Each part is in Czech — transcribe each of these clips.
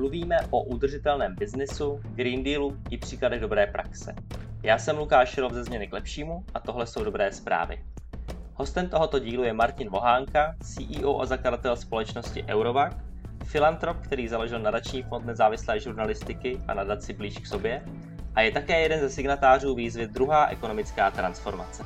mluvíme o udržitelném biznesu, Green Dealu i příkladech dobré praxe. Já jsem Lukáš Šilov ze Změny k lepšímu a tohle jsou dobré zprávy. Hostem tohoto dílu je Martin Vohánka, CEO a zakladatel společnosti Eurovac, filantrop, který založil nadační fond nezávislé žurnalistiky a nadaci Blíž k sobě a je také jeden ze signatářů výzvy Druhá ekonomická transformace.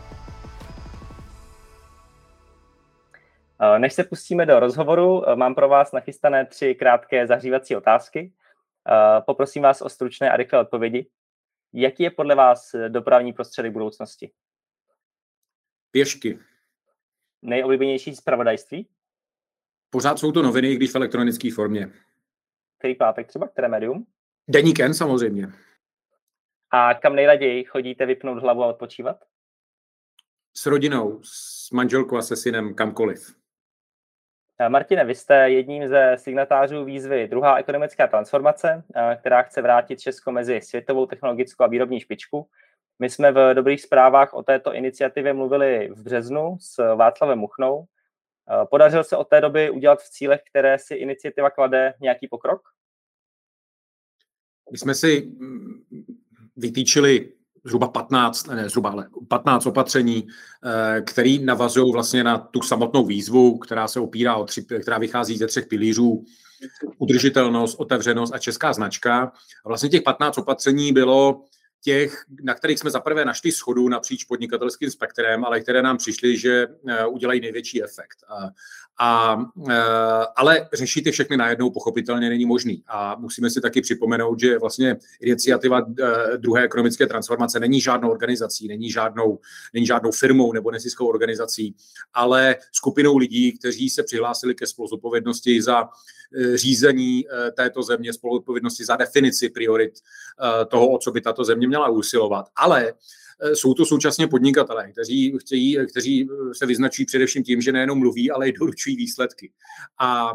Než se pustíme do rozhovoru, mám pro vás nachystané 3 krátké zahřívací otázky. Poprosím vás o stručné a rychlé odpovědi. Jaký je podle vás dopravní prostředek budoucnosti? Pěšky. Nejoblíbenější zpravodajství? Pořád jsou to noviny, když v elektronické formě. Který pátek třeba? Které médium? Deník N samozřejmě. A kam nejraději chodíte vypnout hlavu a odpočívat? S rodinou, s manželkou a se synem, kamkoliv. Martine, vy jste jedním ze signatářů výzvy Druhá ekonomická transformace, která chce vrátit Česko mezi světovou technologickou a výrobní špičku. My jsme v Dobrých zprávách o této iniciativě mluvili v březnu s Václavem Muchnou. Podařilo se od té doby udělat v cílech, které si iniciativa klade, nějaký pokrok? My jsme si vytýčili zhruba 15 opatření, které navazují vlastně na tu samotnou výzvu, která se opírá která vychází ze 3 pilířů: udržitelnost, otevřenost a česká značka. A vlastně těch 15 opatření bylo těch, na kterých jsme zaprvé našli shodu napříč podnikatelským spektrem, ale které nám přišly, že udělají největší efekt. Ale řešit je všechny najednou pochopitelně není možný. A musíme si taky připomenout, že vlastně iniciativa Druhé ekonomické transformace není žádnou organizací, není žádnou firmou nebo neziskovou organizací, ale skupinou lidí, kteří se přihlásili ke spoluzodpovědnosti za řízení této země, spoluzodpovědnosti za definici priorit toho, o co by tato země měla usilovat. Ale jsou to současně podnikatelé, kteří se vyznačují především tím, že nejenom mluví, ale i doručují výsledky. A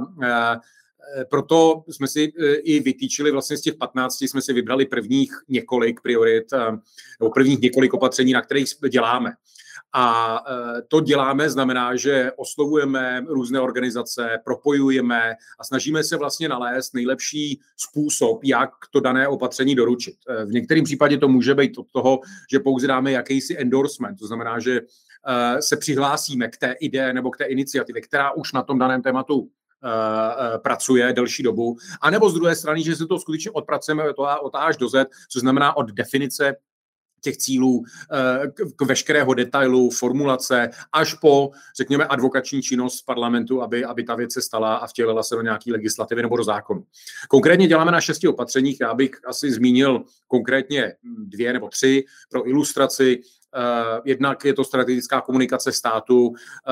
proto jsme si i vytýčili, vlastně z těch 15 jsme si vybrali prvních několik priorit, nebo prvních několik opatření, na kterých děláme. A to děláme znamená, že oslovujeme různé organizace, propojujeme a snažíme se vlastně nalézt nejlepší způsob, jak to dané opatření doručit. V některém případě to může být od toho, že pouze dáme jakýsi endorsement, to znamená, že se přihlásíme k té ideě nebo k té iniciativě, která už na tom daném tématu pracuje delší dobu, anebo z druhé strany, že se to skutečně odpracujeme od A až do Z, což znamená od definice těch cílů k veškerého detailu, formulace, až po, řekněme, advokační činnost v parlamentu, aby ta věc se stala a vtělila se do nějaké legislativy nebo do zákonu. Konkrétně děláme na 6 opatřeních, já bych asi zmínil konkrétně 2 nebo 3 pro ilustraci. Jednak je to strategická komunikace státu.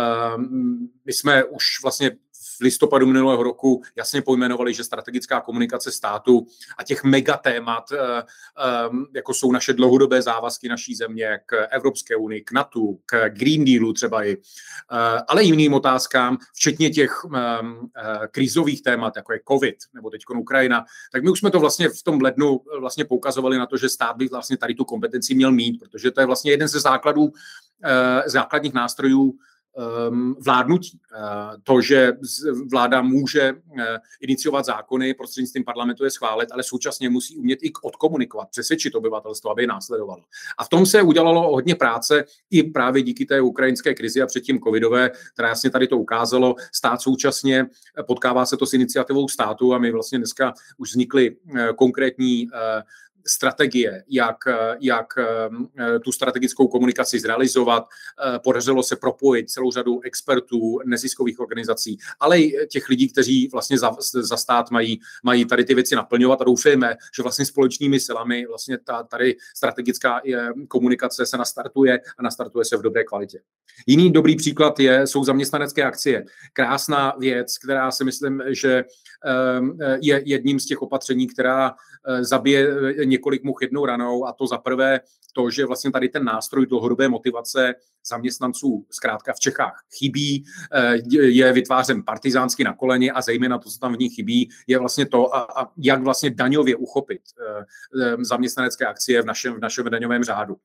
My jsme už vlastně v listopadu minulého roku jasně pojmenovali, že strategická komunikace státu a těch megatémat, jako jsou naše dlouhodobé závazky naší země k Evropské unii, k NATO, k Green Dealu třeba i, ale i jiným otázkám, včetně těch krizových témat, jako je COVID nebo teď Ukrajina, tak my už jsme to vlastně v tom lednu vlastně poukazovali na to, že stát by vlastně tady tu kompetenci měl mít, protože to je vlastně jeden ze základních nástrojů vládnutí. To, že vláda může iniciovat zákony, prostřednictvím parlamentu je schválit, ale současně musí umět i odkomunikovat, přesvědčit obyvatelstvo, aby je následovalo. A v tom se udělalo hodně práce i právě díky té ukrajinské krizi a předtím covidové, která jasně tady to ukázalo. Stát současně potkává se to s iniciativou státu a my vlastně dneska už vznikly konkrétní strategie, jak tu strategickou komunikaci zrealizovat. Podařilo se propojit celou řadu expertů, neziskových organizací, ale i těch lidí, kteří vlastně za stát mají tady ty věci naplňovat a doufejme, že vlastně společnými silami vlastně tady strategická komunikace se nastartuje se v dobré kvalitě. Jiný dobrý příklad jsou zaměstnanecké akcie. Krásná věc, která si myslím, že je jedním z těch opatření, která zabije několik much jednou ranou, a to za prvé to, že vlastně tady ten nástroj dlouhodobé motivace zaměstnanců zkrátka v Čechách chybí, je vytvářen partizánsky na koleni a zejména to, co tam v ní chybí, je vlastně to, a jak vlastně daňově uchopit zaměstnanecké akcie v našem daňovém řádu.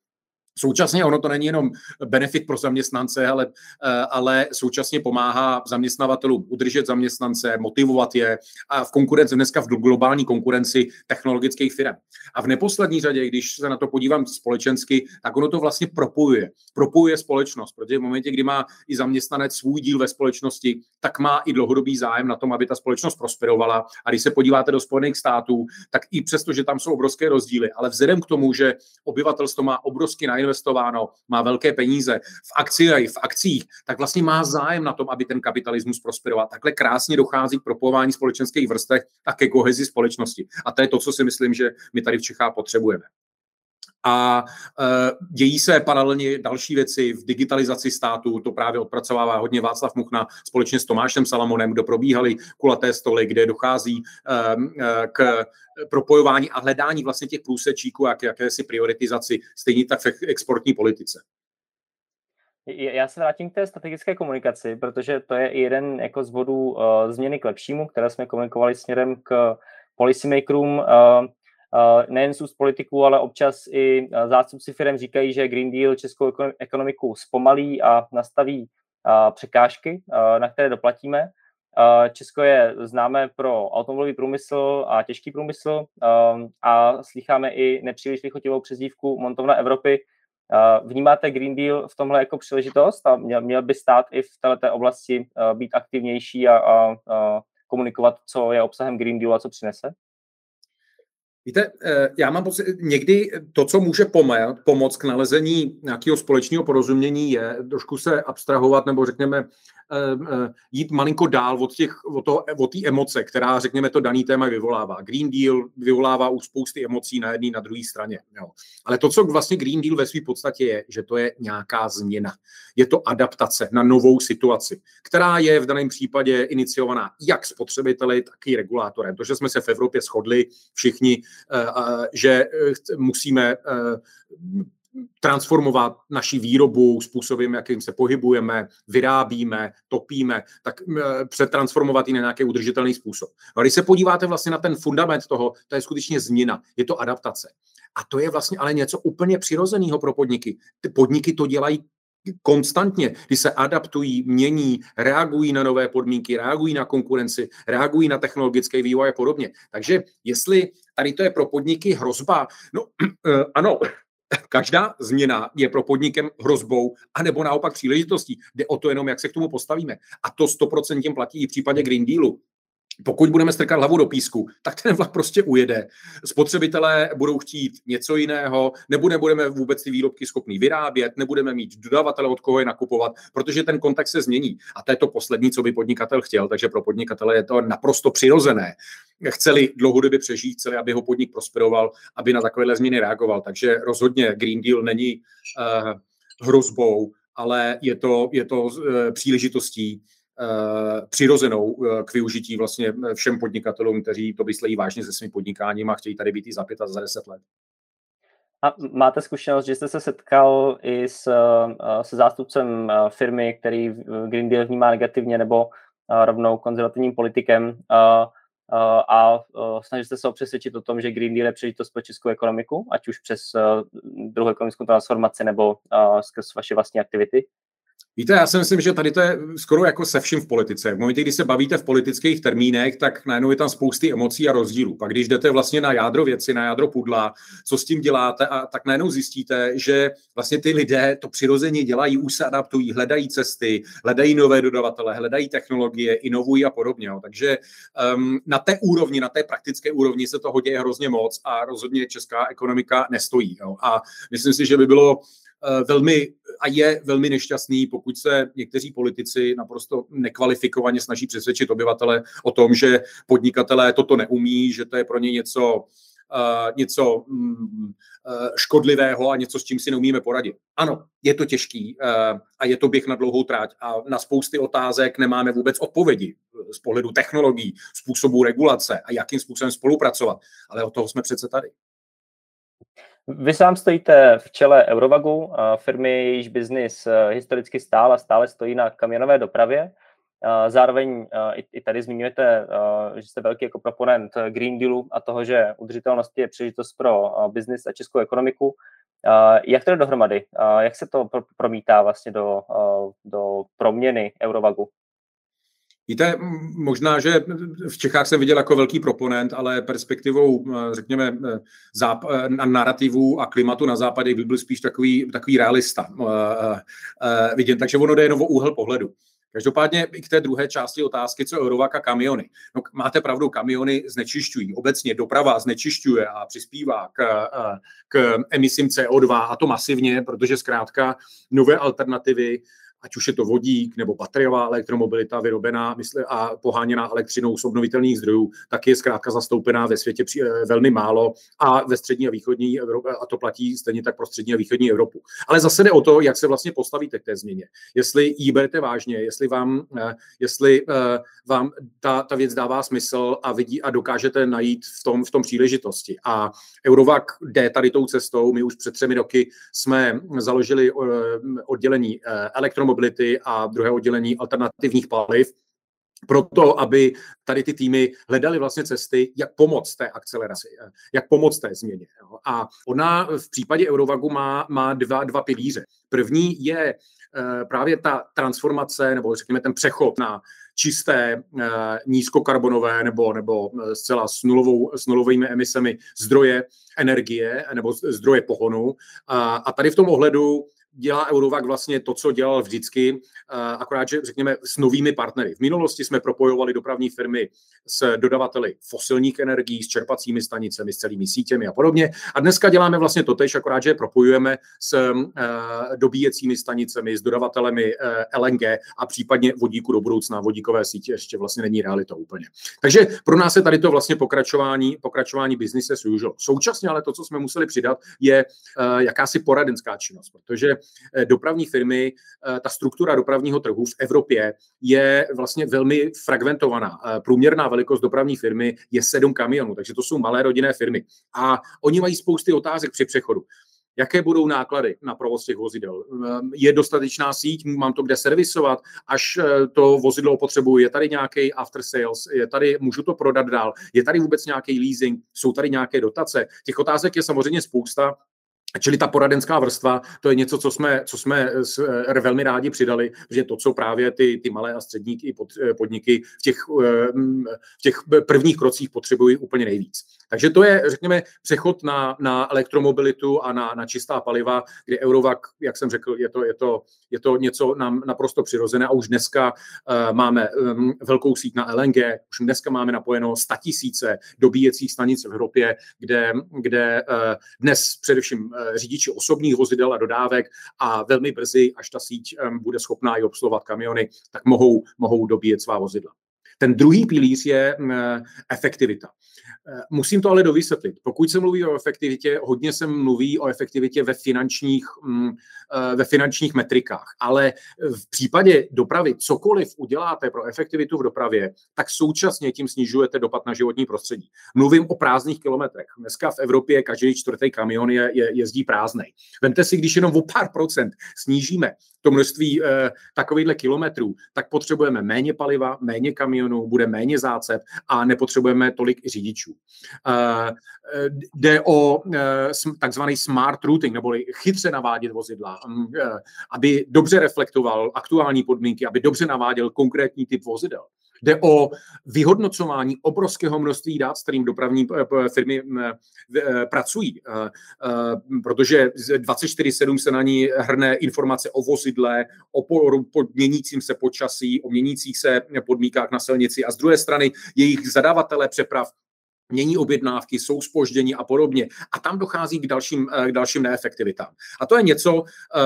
Současně ono to není jenom benefit pro zaměstnance, ale současně pomáhá zaměstnavatelům udržet zaměstnance, motivovat je a dneska v globální konkurenci technologických firm. A v neposlední řadě, když se na to podívám společensky, tak ono to vlastně propojuje společnost, protože v momentě, kdy má i zaměstnanec svůj díl ve společnosti, tak má i dlouhodobý zájem na tom, aby ta společnost prosperovala. A když se podíváte do Spojených států, tak i přesto, že tam jsou obrovské rozdíly, ale vzhledem k tomu, že obyvatelstvo má obrovsky investováno, má velké peníze v akcích, tak vlastně má zájem na tom, aby ten kapitalismus prosperoval. Takhle krásně dochází k propojování společenských vrstev a ke kohezi společnosti. A to je to, co si myslím, že my tady v Čechách potřebujeme. A dějí se paralelně další věci v digitalizaci státu, to právě odpracovává hodně Václav Muchna společně s Tomášem Salamonem, kdo probíhali kulaté stoly, kde dochází k propojování a hledání vlastně těch průsečíků a k jakési prioritizaci, stejně tak v exportní politice. Já se vrátím k té strategické komunikaci, protože to je i jeden jako z bodů změny k lepšímu, které jsme komunikovali směrem k policymakerům, nejen z úst politiků, ale občas i zástupci firm říkají, že Green Deal českou ekonomiku zpomalí a nastaví překážky, na které doplatíme. Česko je známé pro automobilový průmysl a těžký průmysl a slýcháme i nepříliš lichotivou přezdívku montovna Evropy. Vnímáte Green Deal v tomhle jako příležitost a měl by stát i v této oblasti být aktivnější a komunikovat, co je obsahem Green Dealu a co přinese? Víte, já mám pocit, někdy to, co může pomoct k nalezení nějakého společného porozumění, je trošku se abstrahovat nebo řekněme jít malinko dál od té emoce, která, řekněme, to daný téma vyvolává. Green Deal vyvolává už spousty emocí na jedné, na druhé straně. Jo. Ale to, co vlastně Green Deal ve své podstatě je, že to je nějaká změna. Je to adaptace na novou situaci, která je v daném případě iniciovaná jak spotřebiteli, tak i regulátorem. To, že jsme se v Evropě shodli všichni, že musíme transformovat naši výrobu způsobem, jakým se pohybujeme, vyrábíme, topíme, tak přetransformovat ji na nějaký udržitelný způsob. A když se podíváte vlastně na ten fundament toho, to je skutečně změna, je to adaptace. A to je vlastně ale něco úplně přirozeného pro podniky. Ty podniky to dělají konstantně, když se adaptují, mění, reagují na nové podmínky, reagují na konkurenci, reagují na technologický vývoj a podobně. Takže jestli tady to je pro podniky hrozba, no ano, každá změna je pro podnikem hrozbou, anebo naopak příležitostí. Jde o to jenom, jak se k tomu postavíme. A to 100% platí i v případě Green Dealu. Pokud budeme strkat hlavu do písku, tak ten vlak prostě ujede. Spotřebitelé budou chtít něco jiného, nebudeme vůbec ty výrobky schopní vyrábět, nebudeme mít dodavatele, od koho je nakupovat, protože ten kontext se změní. A to je to poslední, co by podnikatel chtěl, takže pro podnikatele je to naprosto přirozené. Chceli dlouhodobě přežít, chceli, aby ho podnik prosperoval, aby na takovéhle změny reagoval. Takže rozhodně Green Deal není hrozbou, ale je to příležitostí přirozenou k využití vlastně všem podnikatelům, kteří to myslejí vážně se svým podnikáním a chtějí tady být i za 5 a za 10 let. A máte zkušenost, že jste se setkal i se zástupcem firmy, který Green Deal vnímá negativně nebo rovnou konzervativním politikem a snažili jste se ho přesvědčit o tom, že Green Deal je příležitost pro českou ekonomiku, ať už přes druhou ekonomickou transformaci nebo skrz vaše vlastní aktivity? Víte, já si myslím, že tady to je skoro jako se vším v politice. V momentě, kdy se bavíte v politických termínech, tak najednou je tam spousty emocí a rozdílů. Pak když jdete vlastně na jádro věci, na jádro pudla, co s tím děláte, a tak najednou zjistíte, že vlastně ty lidé to přirozeně dělají, už se adaptují, hledají cesty, hledají nové dodavatele, hledají technologie, inovují a podobně. Jo. Takže na té úrovni, na té praktické úrovni se toho děje hrozně moc a rozhodně česká ekonomika nestojí. Jo. A myslím si, že by bylo je velmi nešťastný, pokud se někteří politici naprosto nekvalifikovaně snaží přesvědčit obyvatele o tom, že podnikatelé toto neumí, že to je pro ně něco škodlivého a něco, s čím si neumíme poradit. Ano, je to těžký a je to běh na dlouhou tráť a na spousty otázek nemáme vůbec odpovědi z pohledu technologií, způsobů regulace a jakým způsobem spolupracovat. Ale od toho jsme přece tady. Vy sám stojíte v čele Eurovagu, firmy, jejíž biznis historicky stál a stále stojí na kamionové dopravě. Zároveň i tady zmiňujete, že jste velký jako proponent Green Dealu a toho, že udržitelnost je příležitost pro biznis a českou ekonomiku. Jak to jde dohromady? Jak se to promítá vlastně do proměny Eurovagu? Víte, možná, že v Čechách jsem viděl jako velký proponent, ale perspektivou, řekněme, narrativů a klimatu na západě byl spíš takový realista. Vidím, takže ono jde jenom o úhel pohledu. Každopádně i k té druhé části otázky, co Eurovag a kamiony. No, máte pravdu, kamiony znečišťují. Obecně doprava znečišťuje a přispívá k emisím CO2, a to masivně, protože zkrátka nové alternativy, ať už je to vodík nebo bateriová elektromobilita vyrobená a poháněná elektřinou z obnovitelných zdrojů, tak je zkrátka zastoupená ve světě velmi málo a ve střední a východní Evropě, a to platí stejně tak pro střední a východní Evropu. Ale zase jde o to, jak se vlastně postavíte k té změně. Jestli ji berete vážně, jestli vám ta věc dává smysl a dokážete najít v tom příležitosti. A Eurovag jde tady tou cestou. My už před 3 roky jsme založili oddělení elektromobility a druhé oddělení alternativních paliv, proto, aby tady ty týmy hledaly vlastně cesty, jak pomoct té akceleraci, jak pomoct té změně. A ona v případě Eurovagu má dva pilíře. První je právě ta transformace, nebo řekněme ten přechod na čisté, nízkokarbonové nebo zcela s nulovými emisemi zdroje energie nebo zdroje pohonu. A tady v tom ohledu dělá Eurovag vlastně to, co dělal vždycky, akorát, že řekněme s novými partnery. V minulosti jsme propojovali dopravní firmy s dodavateli fosilních energií, s čerpacími stanicemi, s celými sítěmi a podobně. A dneska děláme vlastně totéž, akorát, že je propojujeme s dobíjecími stanicemi, s dodavatelemi LNG a případně vodíku do budoucna. Vodíkové sítě ještě vlastně není realitou úplně. Takže pro nás je tady to vlastně pokračování business as usual. Současně ale to, co jsme museli přidat, je jakási poradenská činnost, protože dopravní firmy, ta struktura dopravního trhu v Evropě je vlastně velmi fragmentovaná. Průměrná velikost dopravní firmy je 7 kamionů, takže to jsou malé rodinné firmy. A oni mají spousty otázek při přechodu. Jaké budou náklady na provoz těch vozidel? Je dostatečná síť? Mám to kde servisovat? Až to vozidlo potřebuji? Je tady nějaký after sales? Můžu to prodat dál? Je tady vůbec nějaký leasing? Jsou tady nějaké dotace? Těch otázek je samozřejmě spousta. Čili ta poradenská vrstva, to je něco, co jsme velmi rádi přidali, že to, co právě ty malé a střední podniky v těch prvních krocích potřebují úplně nejvíc. Takže to je, řekněme, přechod na elektromobilitu a na čistá paliva, kde Eurovag, jak jsem řekl, je to něco nám naprosto přirozené a už dneska máme velkou síť na LNG, už dneska máme napojeno 100 000 dobíjecích stanic v Evropě, kde dnes především řidiči osobních vozidel a dodávek a velmi brzy, až ta síť bude schopná i obsluhovat kamiony, tak mohou dobíjet svá vozidla. Ten druhý pilíř je efektivita. Musím to ale dovysvětlit. Pokud se mluví o efektivitě, hodně se mluví o efektivitě ve finančních metrikách, ale v případě dopravy cokoliv uděláte pro efektivitu v dopravě, tak současně tím snižujete dopad na životní prostředí. Mluvím o prázdných kilometrech. Dneska v Evropě každý 4. kamion jezdí prázdnej. Vemte si, když jenom o pár procent snížíme to množství takovýchhle kilometrů, tak potřebujeme méně paliva, méně kamionů, bude méně zácep a nepotřebujeme tolik řidičů. Jde o takzvaný smart routing, neboli chytře navádět vozidla, aby dobře reflektoval aktuální podmínky, aby dobře naváděl konkrétní typ vozidel. Jde o vyhodnocování obrovského množství dat, s kterým dopravní firmy pracují, protože 24/7 se na ní hrne informace o vozidle, o měnícím se počasí, o měnících se podmínkách na silnici a z druhé strany jejich zadavatelé přeprav mění objednávky, jsou zpoždění a podobně. A tam dochází k dalším neefektivitám. A to je něco,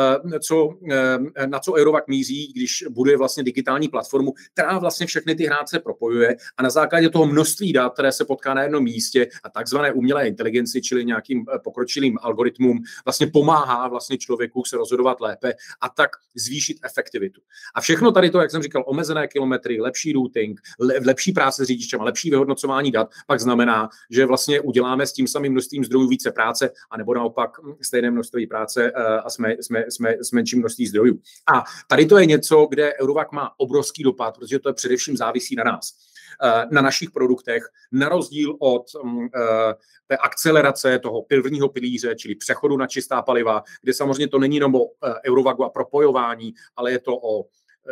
na co Eurovag míří, když buduje vlastně digitální platformu, která vlastně všechny ty hráče propojuje a na základě toho množství dat, které se potká na jednom místě a takzvané umělé inteligenci, čili nějakým pokročilým algoritmům, vlastně pomáhá vlastně člověku se rozhodovat lépe a tak zvýšit efektivitu. A všechno tady to, jak jsem říkal, omezené kilometry, lepší routing, lepší práce s řidičem a lepší vyhodnocování dat, pak znamená, znamená, že vlastně uděláme s tím samým množstvím zdrojů více práce, anebo naopak stejné množství práce a jsme s menším množství zdrojů. A tady to je něco, kde Eurovac má obrovský dopad, protože to je především závisí na nás, na našich produktech, na rozdíl od té akcelerace toho prvního pilíře, čili přechodu na čistá paliva, kde samozřejmě to není jenom o Eurovacu a propojování, ale je to o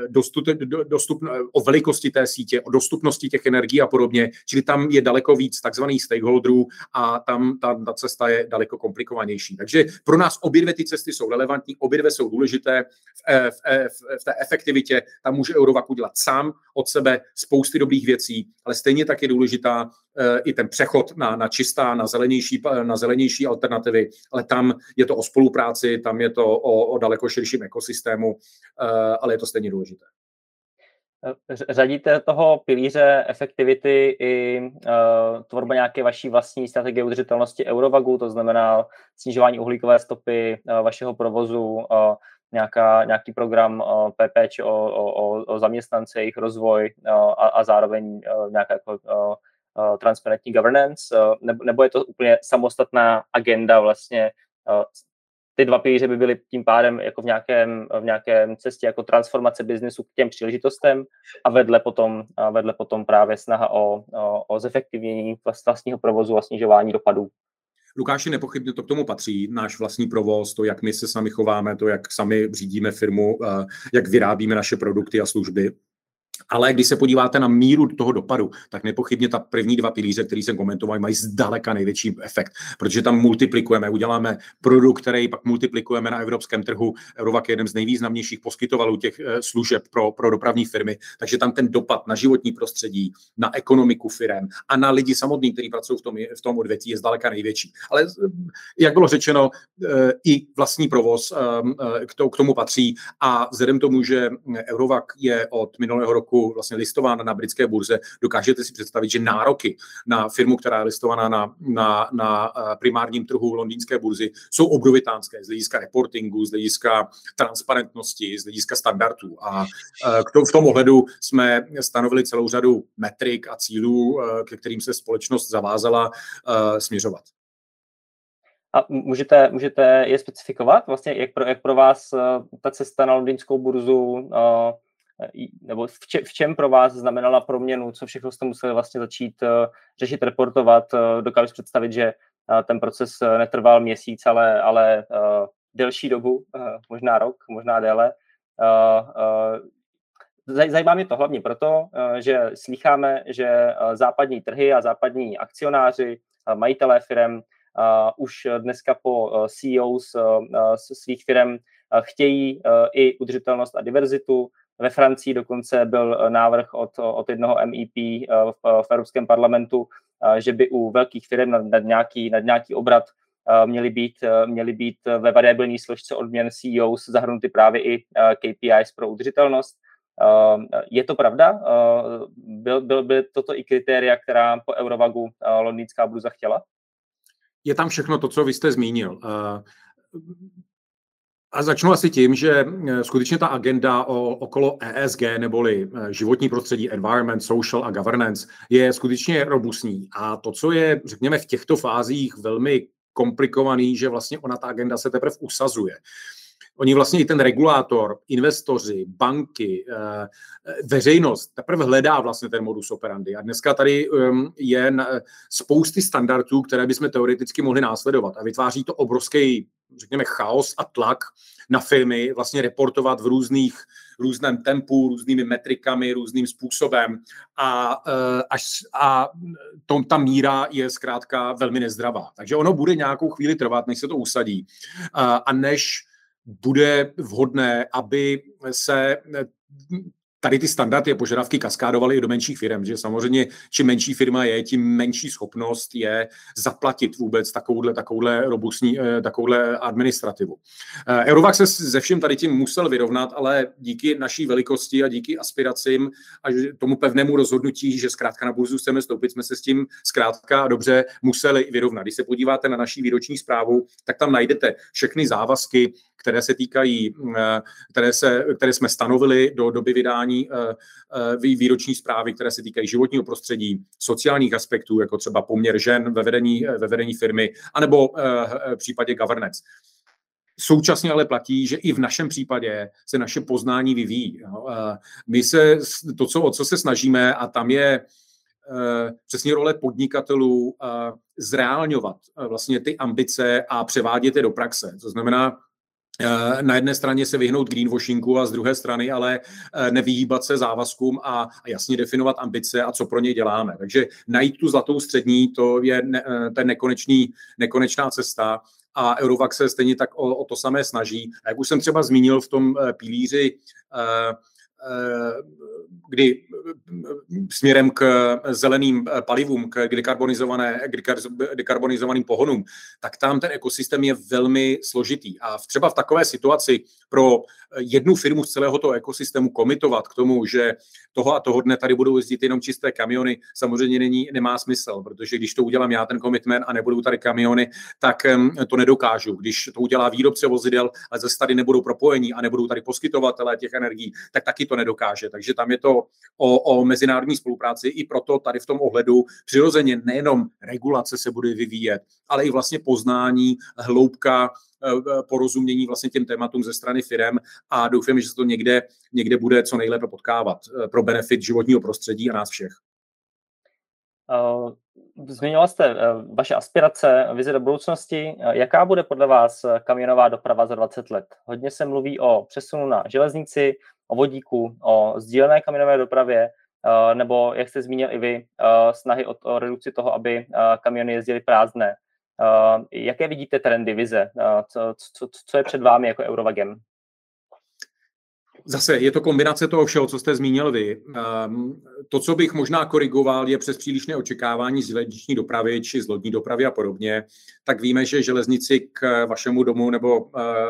o velikosti té sítě, o dostupnosti těch energií a podobně, čili tam je daleko víc takzvaných stakeholderů a tam ta cesta je daleko komplikovanější. Takže pro nás obě dvě ty cesty jsou relevantní, obě dvě jsou důležité v té efektivitě. Tam může Eurovac udělat sám od sebe spousty dobrých věcí, ale stejně tak je důležitá i ten přechod na čistá, na zelenější alternativy, ale tam je to o spolupráci, tam je to o daleko širším ekosystému, ale je to stejně důležité. Řadíte toho pilíře efektivity i tvorba nějaké vaší vlastní strategie udržitelnosti Eurovacu, to znamená snižování uhlíkové stopy vašeho provozu, nějaký program PPČ o zaměstnance, jejich rozvoj a zároveň nějaká transparentní governance, nebo je to úplně samostatná agenda vlastně? Ty dva pilíře by byly tím pádem jako v nějakém cestě jako transformace biznesu k těm příležitostem a vedle potom právě snaha o zefektivnění vlastního provozu a snižování dopadů. Lukáši, nepochybně to k tomu patří, náš vlastní provoz, to, jak my se sami chováme, to, jak sami řídíme firmu, jak vyrábíme naše produkty a služby. Ale když se podíváte na míru toho dopadu, tak nepochybně ta první dva pilíře, který jsem komentoval, mají zdaleka největší efekt, protože tam multiplikujeme, uděláme produkt, který pak multiplikujeme na evropském trhu. Eurovac je jeden z nejvýznamnějších poskytovatelů těch služeb pro dopravní firmy, takže tam ten dopad na životní prostředí, na ekonomiku firem a na lidi samotný, kteří pracují v tom odvětví, je zdaleka největší. Ale jak bylo řečeno, i vlastní provoz k tomu patří a vzhledem tomu, že Eurovac je od minulého roku vlastně listován na britské burze, dokážete si představit, že nároky na firmu, která je listovaná na primárním trhu londýnské burzy, jsou obrovitánské z hlediska reportingu, z hlediska transparentnosti, z hlediska standardů. A v tom ohledu jsme stanovili celou řadu metrik a cílů, ke kterým se společnost zavázala směřovat. A můžete je specifikovat? Vlastně jak pro vás ta cesta na londýnskou burzu nebo v čem pro vás znamenala proměnu, co všechno jste museli vlastně začít řešit, reportovat. Dokážu si představit, že ten proces netrval měsíc, ale delší dobu, možná rok, možná déle. Zajímá mě to hlavně proto, že slýcháme, že západní trhy a západní akcionáři, majitelé firem už dneska po CEOs svých firem chtějí i udržitelnost a diverzitu. Ve Francii dokonce byl návrh od jednoho MEP v Evropském parlamentu, že by u velkých firm nad nějaký obrat měly být ve variabilní složce odměn CEOs zahrnuty právě i KPIs pro udržitelnost. Je to pravda? Byly toto i kritéria, která po Eurovacu londýnská burza chtěla? Je tam všechno to, co vy jste zmínil. A začnu asi tím, že skutečně ta agenda okolo ESG, neboli životní prostředí, environment, social a governance, je skutečně robustní. A to, co je, řekněme, v těchto fázích velmi komplikovaný, že vlastně ona ta agenda se teprve usazuje. Oni vlastně i ten regulátor, investoři, banky, veřejnost teprve hledá vlastně ten modus operandi. A dneska tady je spousty standardů, které bychom teoreticky mohli následovat. A vytváří to obrovský, řekněme, chaos a tlak na firmy vlastně reportovat v různém tempu, různými metrikami, různým způsobem. A ta míra je zkrátka velmi nezdravá. Takže ono bude nějakou chvíli trvat, než se to usadí. A než bude vhodné, aby se tady ty standardy a požadavky kaskádovaly i do menších firm, že samozřejmě čím menší firma je, tím menší schopnost je zaplatit vůbec takovouhle robustní administrativu. Eurovac se se vším tady tím musel vyrovnat, ale díky naší velikosti a díky aspiracím a tomu pevnému rozhodnutí, že zkrátka na burzu chceme stoupit, jsme se s tím zkrátka dobře museli vyrovnat. Když se podíváte na naší výroční zprávu, tak tam najdete všechny závazky, které se týkají, které jsme stanovili do doby vydání vydávání výroční zprávy, které se týkají životního prostředí, sociálních aspektů, jako třeba poměr žen ve vedení firmy, anebo v případě governance. Současně ale platí, že i v našem případě se naše poznání vyvíjí. My o co se snažíme, a tam je přesně role podnikatelů zreálňovat vlastně ty ambice a převádět je do praxe. To znamená, na jedné straně se vyhnout greenwashingu a z druhé strany ale nevyhýbat se závazkům a jasně definovat ambice a co pro ně děláme. Takže najít tu zlatou střední, to je ten nekonečná cesta a Eurovac se stejně tak o to samé snaží. A jak už jsem třeba zmínil v tom pilíři, kdy směrem k zeleným palivům, k dekarbonizovaným pohonům, tak tam ten ekosystém je velmi složitý. A třeba v takové situaci pro jednu firmu z celého toho ekosystému komitovat k tomu, že toho a toho dne tady budou jezdit jenom čisté kamiony, samozřejmě nemá smysl, protože když to udělám já, ten commitment, a nebudou tady kamiony, tak to nedokážu. Když to udělá výrobce vozidel, ale zase tady nebudou propojení a nebudou tady poskytovatelé těch energií, tak taky to nedokáže. Takže tam je to o mezinárodní spolupráci. I proto tady v tom ohledu přirozeně nejenom regulace se bude vyvíjet, ale i vlastně poznání, hloubka, porozumění vlastně těm tématům ze strany firem a doufám, že se to někde bude co nejlépe potkávat pro benefit životního prostředí a nás všech. Zmiňoval jste vaše aspirace, vize do budoucnosti. Jaká bude podle vás kamionová doprava za 20 let? Hodně se mluví o přesunu na železnici, o vodíku, o sdílené kamionové dopravě, nebo, jak jste zmínil i vy, snahy o redukci toho, aby kamiony jezdily prázdné. Jaké vidíte trendy, vize? Co je před vámi jako Eurovagem? Zase je to kombinace toho všeho, co jste zmínil vy. To, co bych možná korigoval, je přes přílišné očekávání z železniční dopravy či z lodní dopravy a podobně. Tak víme, že železnici k vašemu domu nebo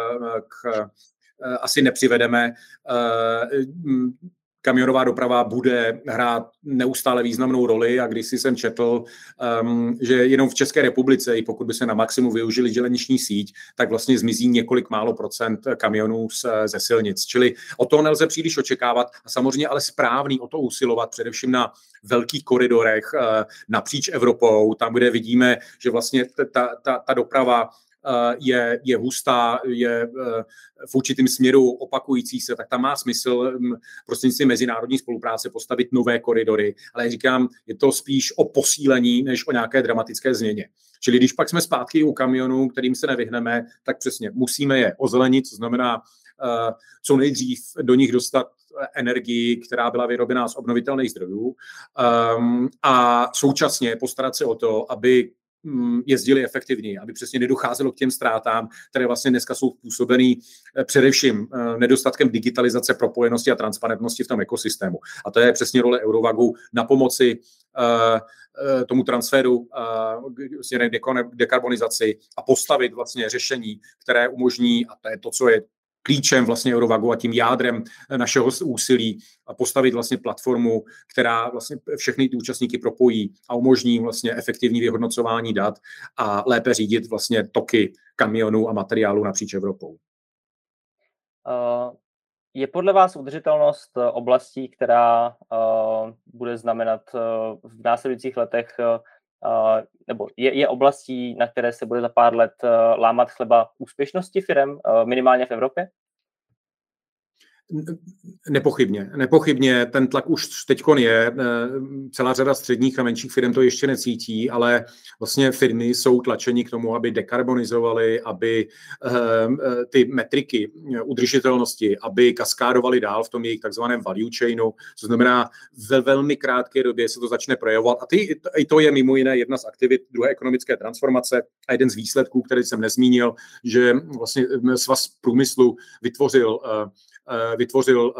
asi nepřivedeme. Kamionová doprava bude hrát neustále významnou roli a když si jsem četl, že jenom v České republice, i pokud by se na maximum využili železniční síť, tak vlastně zmizí několik málo procent kamionů ze silnic. Čili o to nelze příliš očekávat a samozřejmě ale správný o to usilovat především na velkých koridorech napříč Evropou, tam, kde vidíme, že vlastně ta doprava je hustá, je v určitém směru opakující se, tak tam má smysl prostřednictvím mezinárodní spolupráce postavit nové koridory. Ale jak říkám, je to spíš o posílení, než o nějaké dramatické změně. Čili když pak jsme zpátky u kamionů, kterým se nevyhneme, tak přesně musíme je ozelenit, co znamená co nejdřív do nich dostat energii, která byla vyrobená z obnovitelných zdrojů a současně postarat se o to, aby jezdili efektivněji, aby přesně nedocházelo k těm ztrátám, které vlastně dneska jsou způsobený především nedostatkem digitalizace, propojenosti a transparentnosti v tom ekosystému. A to je přesně role Eurovagu na pomoci tomu transferu k dekarbonizaci a postavit vlastně řešení, které umožní, a to je to, co je klíčem vlastně Eurovagu a tím jádrem našeho úsilí a postavit vlastně platformu, která vlastně všechny ty účastníky propojí a umožní vlastně efektivní vyhodnocování dat a lépe řídit vlastně toky kamionů a materiálů napříč Evropou. Je podle vás udržitelnost oblastí, která bude znamenat v následujících letech, nebo je oblastí, na které se bude za pár let lámat chleba úspěšnosti firem, minimálně v Evropě? Nepochybně, ten tlak už teďkon je, celá řada středních a menších firm to ještě necítí, ale vlastně firmy jsou tlačeni k tomu, aby dekarbonizovali, aby ty metriky udržitelnosti, aby kaskádovali dál v tom jejich takzvaném value chainu, co znamená ve velmi krátké době se to začne projevovat a i to je mimo jiné jedna z aktivit druhé ekonomické transformace a jeden z výsledků, který jsem nezmínil, že vlastně Svaz průmyslu vytvořil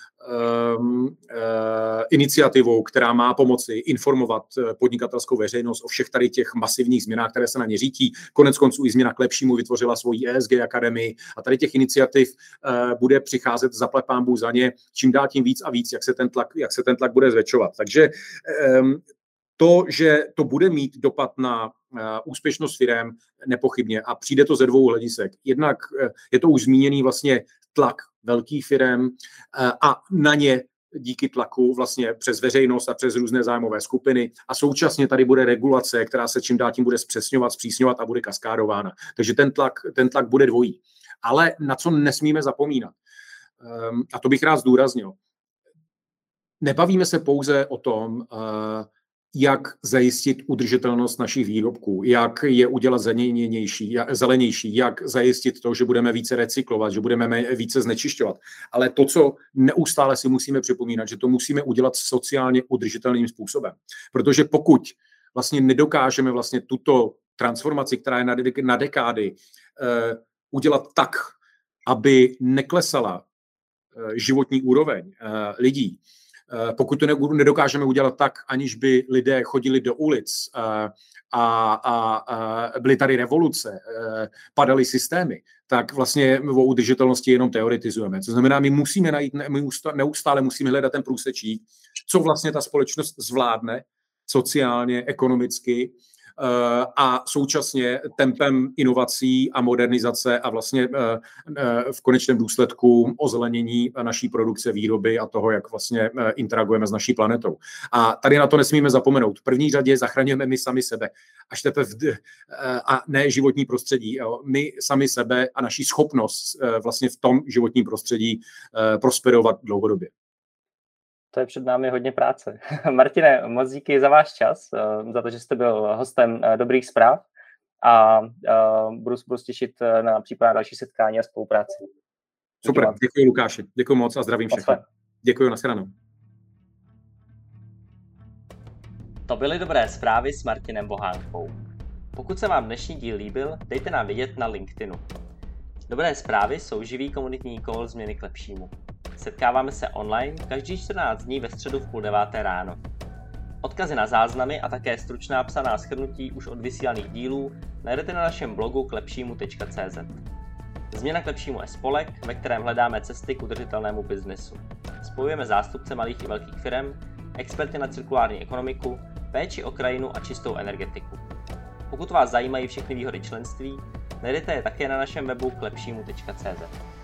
iniciativu, která má pomoci informovat podnikatelskou veřejnost o všech tady těch masivních změnách, které se na ně řítí. Konec konců i změna k lepšímu vytvořila svoji ESG akademii a tady těch iniciativ bude přicházet zaplať pánbůh za ně čím dál tím víc a víc, jak se ten tlak bude zvětšovat. Takže to, že to bude mít dopad na úspěšnost firem, nepochybně a přijde to ze dvou hledisek. Jednak je to už zmíněný vlastně tlak velkých firem a na ně díky tlaku vlastně přes veřejnost a přes různé zájmové skupiny a současně tady bude regulace, která se čím dál tím bude zpřesňovat, zpřísňovat a bude kaskádována. Takže ten tlak bude dvojí. Ale na co nesmíme zapomínat, a to bych rád zdůraznil, nebavíme se pouze o tom, jak zajistit udržitelnost našich výrobků, jak je udělat zelenější, jak zajistit to, že budeme více recyklovat, že budeme více znečišťovat. Ale to, co neustále si musíme připomínat, že to musíme udělat sociálně udržitelným způsobem. Protože pokud vlastně nedokážeme vlastně tuto transformaci, která je na dekády, udělat tak, aby neklesala životní úroveň lidí, pokud to nedokážeme udělat tak, aniž by lidé chodili do ulic a byly tady revoluce, padaly systémy, tak vlastně o udržitelnosti jenom teoretizujeme. To znamená, my neustále musíme hledat ten průsečík, co vlastně ta společnost zvládne sociálně, ekonomicky a současně tempem inovací a modernizace a vlastně v konečném důsledku ozelenění naší produkce, výroby a toho, jak vlastně interagujeme s naší planetou. A tady na to nesmíme zapomenout. V první řadě zachraňujeme my sami sebe a ne životní prostředí. Jo. My sami sebe a naší schopnost vlastně v tom životním prostředí prosperovat dlouhodobě. To je před námi hodně práce. Martine, moc díky za váš čas, za to, že jste byl hostem Dobrých zpráv a budu se těšit na případné další setkání a spolupráci. Super, děkuji Lukáši, děkuji moc a zdravím všechny. Děkuji, nashledanou. To byly Dobré zprávy s Martinem Bohánkou. Pokud se vám dnešní díl líbil, dejte nám vědět na LinkedInu. Dobré zprávy jsou živý komunitní call změny k lepšímu. Setkáváme se online každý 14 dní ve středu v 8:30 ráno. Odkazy na záznamy a také stručná psaná shrnutí už od vysílaných dílů najdete na našem blogu klepšímu.cz. Změna k lepšímu je spolek, ve kterém hledáme cesty k udržitelnému biznesu. Spojujeme zástupce malých i velkých firem, experty na cirkulární ekonomiku, péči o krajinu a čistou energetiku. Pokud vás zajímají všechny výhody členství, najdete je také na našem webu klepšímu.cz.